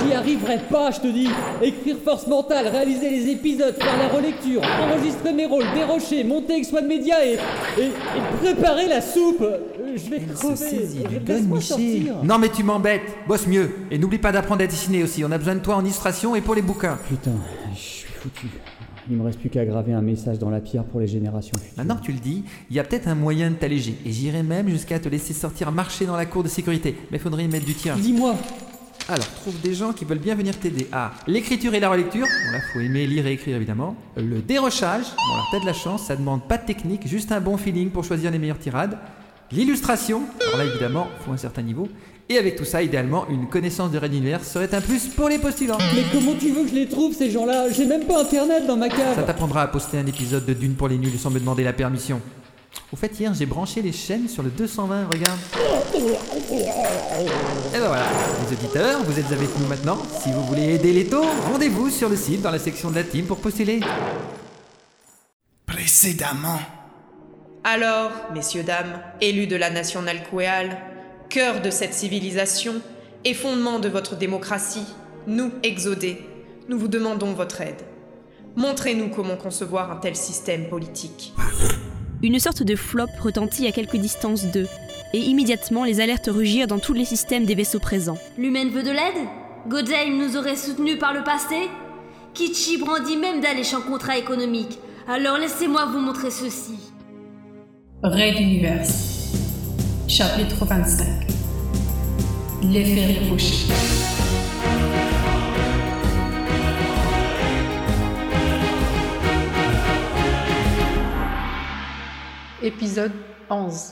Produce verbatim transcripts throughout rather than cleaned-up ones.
J'y arriverai pas, je te dis. Écrire force mentale, réaliser les épisodes, faire la relecture, enregistrer mes rôles, dérocher, monter X one Media et, et, et préparer la soupe. Je vais Elle crever. se saisit du Laisse-moi gun, sortir. Miché. Non mais tu m'embêtes. Bosse mieux. Et n'oublie pas d'apprendre à dessiner aussi. On a besoin de toi en illustration et pour les bouquins. Putain, je suis foutu. Il me reste plus qu'à graver un message dans la pierre pour les générations futures. Maintenant que tu le dis, il y a peut-être un moyen de t'alléger. Et j'irai même jusqu'à te laisser sortir marcher dans la cour de sécurité. Mais faudrait y mettre du tien. Dis-moi. Alors, trouve des gens qui veulent bien venir t'aider. Ah, l'écriture et la relecture. Bon là, faut aimer lire et écrire évidemment. Le dérochage. Bon alors, t'as de la chance, ça demande pas de technique, juste un bon feeling pour choisir les meilleures tirades. L'illustration. Alors là, évidemment, faut un certain niveau. Et avec tout ça, idéalement, une connaissance de Red Universe serait un plus pour les postulants. Mais comment tu veux que je les trouve, ces gens-là? J'ai même pas internet dans ma cave. Ça t'apprendra à poster un épisode de Dune pour les nuls sans me demander la permission. Au fait, hier, j'ai branché les chaînes sur le deux cent vingt, regarde. Et ben voilà, les auditeurs, vous êtes avec nous maintenant. Si vous voulez aider les taux, rendez-vous sur le site dans la section de la team pour postuler. Précédemment. Alors, messieurs, dames, élus de la nation Nalqueal, cœur de cette civilisation et fondement de votre démocratie, nous, exodés, nous vous demandons votre aide. Montrez-nous comment concevoir un tel système politique. Une sorte de flop retentit à quelque distance d'eux, et immédiatement les alertes rugirent dans tous les systèmes des vaisseaux présents. L'humaine veut de l'aide? Godheim nous aurait soutenus par le passé? Kichi brandit même d'alléchants contrats économiques. Alors laissez-moi vous montrer ceci. Red Universe, chapitre vingt-cinq. L'effet ricochet. Épisode onze.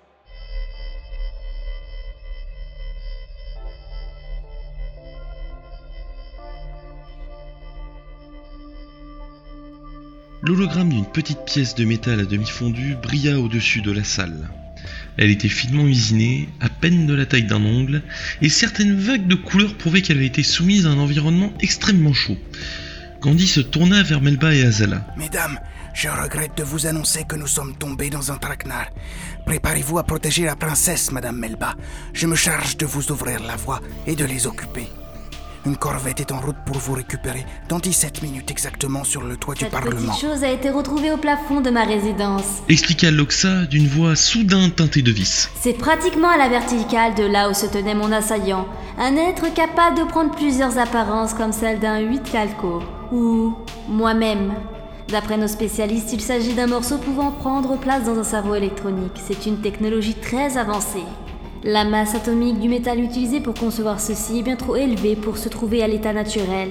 L'hologramme d'une petite pièce de métal à demi fondue brilla au-dessus de la salle. Elle était finement usinée, à peine de la taille d'un ongle, et certaines vagues de couleurs prouvaient qu'elle avait été soumise à un environnement extrêmement chaud. Gandhi se tourna vers Melba et Azala. Mesdames, je regrette de vous annoncer que nous sommes tombés dans un traquenard. Préparez-vous à protéger la princesse, Madame Melba. Je me charge de vous ouvrir la voie et de les occuper. Une corvette est en route pour vous récupérer dans dix-sept minutes exactement sur le toit du Cette Parlement. petite chose a été retrouvée au plafond de ma résidence. Expliqua Loxa d'une voix soudain teintée de vice. C'est pratiquement à la verticale de là où se tenait mon assaillant. Un être capable de prendre plusieurs apparences comme celle d'un huit calco. Ou moi-même. D'après nos spécialistes, il s'agit d'un morceau pouvant prendre place dans un cerveau électronique. C'est une technologie très avancée. La masse atomique du métal utilisé pour concevoir ceci est bien trop élevée pour se trouver à l'état naturel.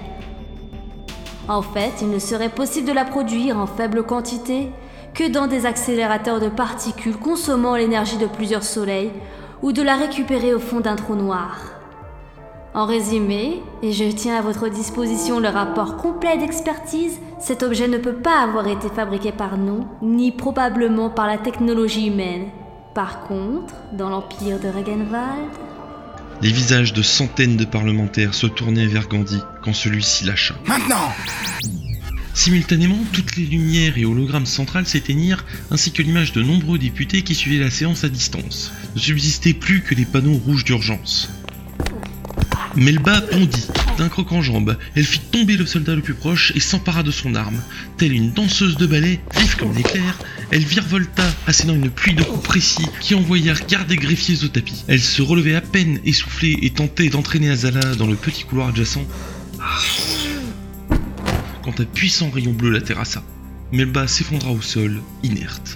En fait, il ne serait possible de la produire en faible quantité que dans des accélérateurs de particules consommant l'énergie de plusieurs soleils ou de la récupérer au fond d'un trou noir. En résumé, et je tiens à votre disposition le rapport complet d'expertise, cet objet ne peut pas avoir été fabriqué par nous, ni probablement par la technologie humaine. Par contre, dans l'empire de Regenwald... Les visages de centaines de parlementaires se tournaient vers Gandhi quand celui-ci lâcha. Maintenant! Simultanément, toutes les lumières et hologrammes centrales s'éteignirent, ainsi que l'image de nombreux députés qui suivaient la séance à distance. Ne subsistaient plus que les panneaux rouges d'urgence. Melba bondit, d'un croc en jambe. Elle fit tomber le soldat le plus proche et s'empara de son arme. Telle une danseuse de ballet, vive comme l'éclair, elle virevolta, assénant une pluie de coups précis qui envoyèrent gardes et greffiers au tapis. Elle se relevait à peine essoufflée et tentait d'entraîner Azala dans le petit couloir adjacent. Quand un puissant rayon bleu la terrassa, Melba s'effondra au sol, inerte.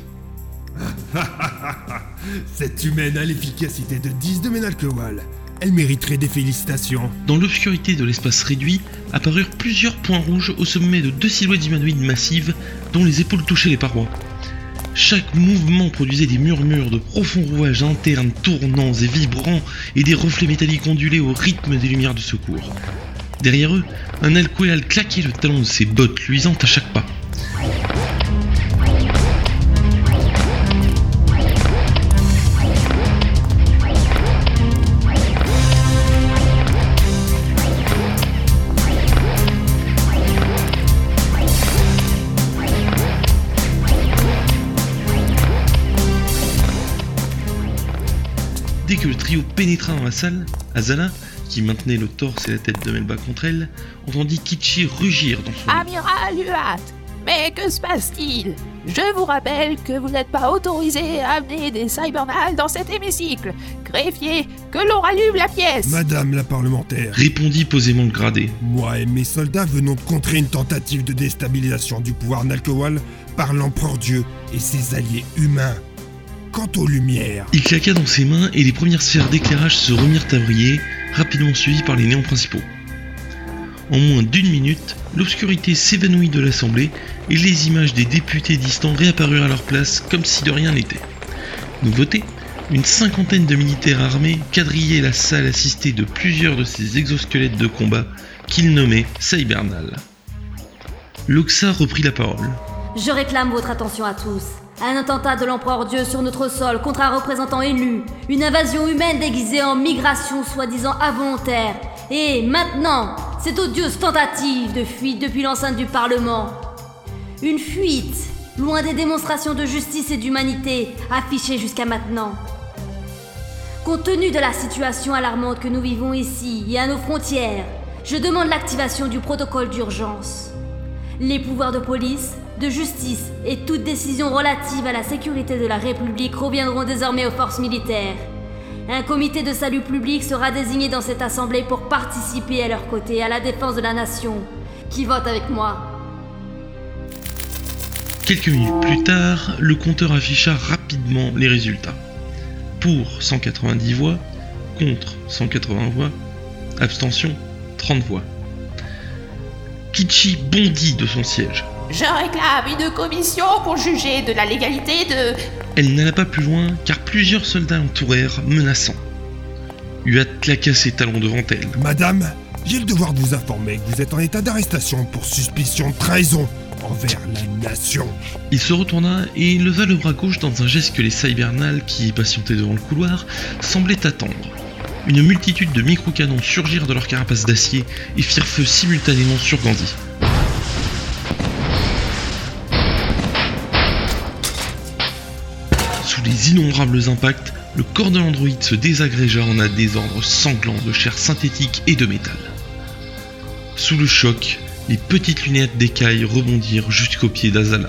Cette humaine a l'efficacité de dix de Nalqueal. Elle mériterait des félicitations. Dans l'obscurité de l'espace réduit, apparurent plusieurs points rouges au sommet de deux silhouettes humanoïdes massives dont les épaules touchaient les parois. Chaque mouvement produisait des murmures de profonds rouages internes tournants et vibrants et des reflets métalliques ondulés au rythme des lumières de secours. Derrière eux, un Nalqueal claquait le talon de ses bottes luisantes à chaque pas. Dès que le trio pénétra dans la salle, Azala, qui maintenait le torse et la tête de Melba contre elle, entendit Kichi rugir dans son Amiral Huat, mais que se passe-t-il? Je vous rappelle que vous n'êtes pas autorisé à amener des cybernales dans cet hémicycle. Greffier, que l'on rallume la pièce. Madame la parlementaire, répondit posément le gradé. Moi et mes soldats venons de contrer une tentative de déstabilisation du pouvoir Nalkowal par l'empereur Dieu et ses alliés humains. Quant aux lumières... Il claqua dans ses mains et les premières sphères d'éclairage se remirent à briller, rapidement suivies par les néons principaux. En moins d'une minute, l'obscurité s'évanouit de l'assemblée et les images des députés distants réapparurent à leur place comme si de rien n'était. Nouveauté, une cinquantaine de militaires armés quadrillaient la salle assistée de plusieurs de ces exosquelettes de combat qu'ils nommaient Cybernal. Loxa reprit la parole. Je réclame votre attention à tous. Un attentat de l'empereur Dieu sur notre sol contre un représentant élu. Une invasion humaine déguisée en migration soi-disant involontaire. Et maintenant, cette odieuse tentative de fuite depuis l'enceinte du Parlement. Une fuite, loin des démonstrations de justice et d'humanité affichées jusqu'à maintenant. Compte tenu de la situation alarmante que nous vivons ici et à nos frontières, je demande l'activation du protocole d'urgence. Les pouvoirs de police, de justice et toute décision relative à la sécurité de la République reviendront désormais aux forces militaires. Un comité de salut public sera désigné dans cette assemblée pour participer à leur côté à la défense de la nation. Qui vote avec moi? Quelques minutes plus tard, le compteur afficha rapidement les résultats. Pour cent quatre-vingt-dix voix, contre cent quatre-vingts voix, abstention trente voix. Kichi bondit de son siège. Je réclame une commission pour juger de la légalité de... Elle n'alla pas plus loin car plusieurs soldats l'entourèrent, menaçant. Huat claqua ses talons devant elle. Madame, j'ai le devoir de vous informer que vous êtes en état d'arrestation pour suspicion de trahison envers la nation. Il se retourna et leva le bras gauche dans un geste que les Cybernals qui patientaient devant le couloir semblaient attendre. Une multitude de micro-canons surgirent de leurs carapaces d'acier et firent feu simultanément sur Gandhi. Sous les innombrables impacts, le corps de l'androïde se désagrégea en un désordre sanglant de chair synthétique et de métal. Sous le choc, les petites lunettes d'écailles rebondirent jusqu'aux pieds d'Azala.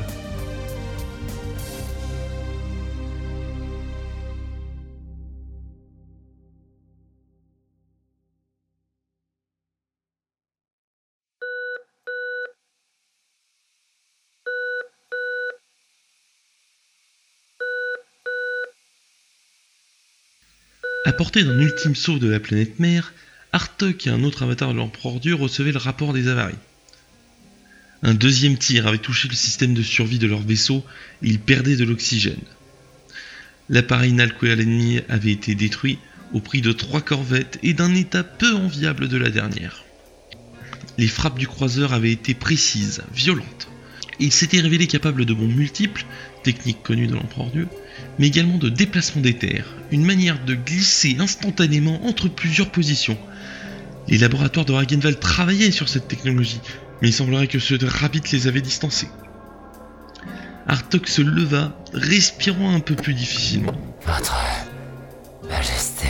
À portée d'un ultime saut de la planète mère, Artok et un autre avatar de l'empereur Dieu recevaient le rapport des avaries. Un deuxième tir avait touché le système de survie de leur vaisseau et ils perdaient de l'oxygène. L'appareil Nalkowal ennemi avait été détruit au prix de trois corvettes et d'un état peu enviable de la dernière. Les frappes du croiseur avaient été précises, violentes, et il s'était révélé capable de bonds multiples, technique connue de l'empereur Dieu, mais également de déplacement d'éther, une manière de glisser instantanément entre plusieurs positions. Les laboratoires de Ragenval travaillaient sur cette technologie, mais il semblerait que ceux de Rabbit les avaient distancés. Artok se leva, respirant un peu plus difficilement. Votre Majesté,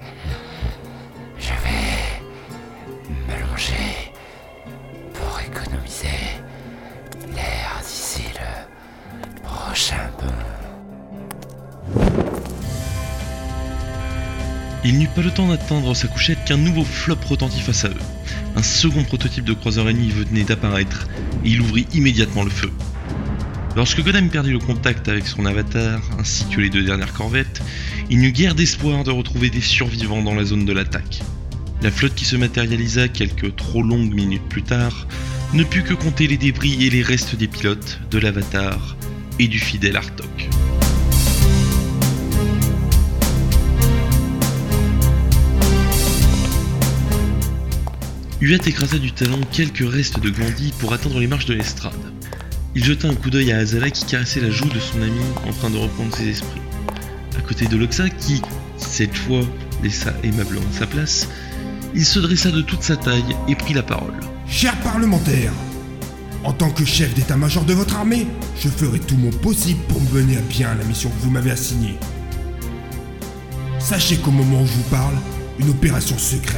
je vais me longer pour économiser l'air d'ici le prochain bond. Il n'eut pas le temps d'atteindre sa couchette qu'un nouveau flop retentit face à eux. Un second prototype de croiseur ennemi venait d'apparaître et il ouvrit immédiatement le feu. Lorsque Godam perdit le contact avec son avatar ainsi que les deux dernières corvettes, il n'eut guère d'espoir de retrouver des survivants dans la zone de l'attaque. La flotte qui se matérialisa quelques trop longues minutes plus tard ne put que compter les débris et les restes des pilotes, de l'avatar et du fidèle Artok. Huat écrasa du talon quelques restes de Gandhi pour atteindre les marches de l'estrade. Il jeta un coup d'œil à Azala qui caressait la joue de son ami en train de reprendre ses esprits. À côté de Loxa qui, cette fois, laissa aimablement sa place, il se dressa de toute sa taille et prit la parole. Chers parlementaires, en tant que chef d'état-major de votre armée, je ferai tout mon possible pour mener à bien la mission que vous m'avez assignée. Sachez qu'au moment où je vous parle, une opération secrète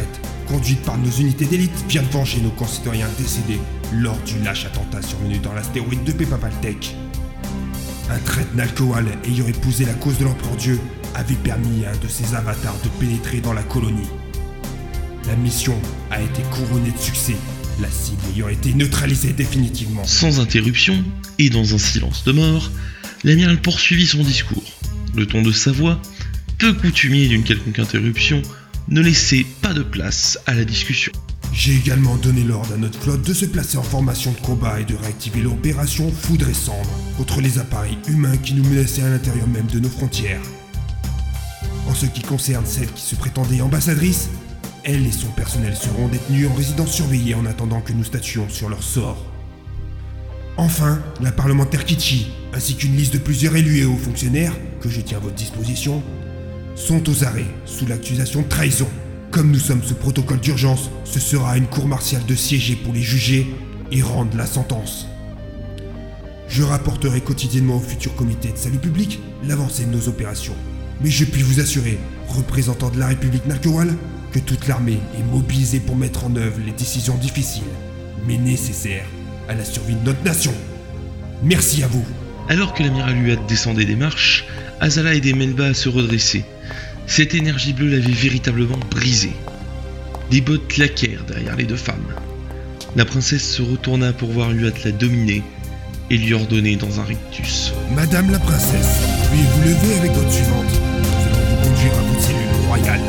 conduite par nos unités d'élite, vient de venger nos concitoyens décédés lors du lâche attentat survenu dans l'astéroïde de Pepapaltec. Un traître Nalcoal ayant épousé la cause de l'Empereur Dieu avait permis à un de ses avatars de pénétrer dans la colonie. La mission a été couronnée de succès, la cible ayant été neutralisée définitivement. Sans interruption, et dans un silence de mort, l'amiral poursuivit son discours. Le ton de sa voix, peu coutumier d'une quelconque interruption, ne laissait pas de place à la discussion. J'ai également donné l'ordre à notre flotte de se placer en formation de combat et de réactiver l'opération Foudre et Cendre contre les appareils humains qui nous menaçaient à l'intérieur même de nos frontières. En ce qui concerne celle qui se prétendait ambassadrice, elle et son personnel seront détenus en résidence surveillée en attendant que nous statuions sur leur sort. Enfin, la parlementaire Kichi, ainsi qu'une liste de plusieurs élus et hauts fonctionnaires, que je tiens à votre disposition, sont aux arrêts sous l'accusation de trahison. Comme nous sommes sous protocole d'urgence, ce sera à une cour martiale de siéger pour les juger et rendre la sentence. Je rapporterai quotidiennement au futur comité de salut public l'avancée de nos opérations. Mais je puis vous assurer, représentant de la République Nalcoal, que toute l'armée est mobilisée pour mettre en œuvre les décisions difficiles, mais nécessaires à la survie de notre nation. Merci à vous. Alors que l'amiral Huat descendait des marches, Azala aidait Melba à se redresser. Cette énergie bleue l'avait véritablement brisée. Des bottes claquèrent derrière les deux femmes. La princesse se retourna pour voir Huat la dominer et lui ordonner dans un rictus. Madame la princesse, veuillez vous lever avec votre suivante. Nous allons vous conduire à votre cellule royale.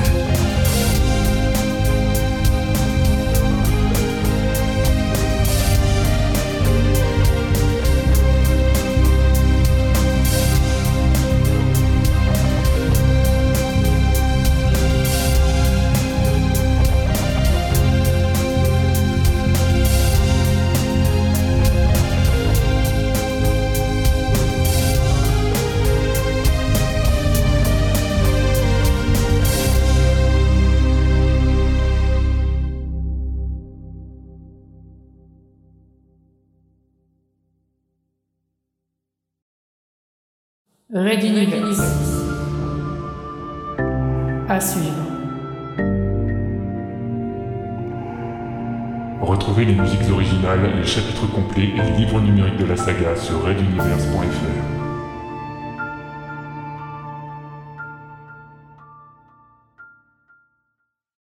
Red Universe. À suivre. Retrouvez les musiques originales, les chapitres complets et les livres numériques de la saga sur red universe point f r.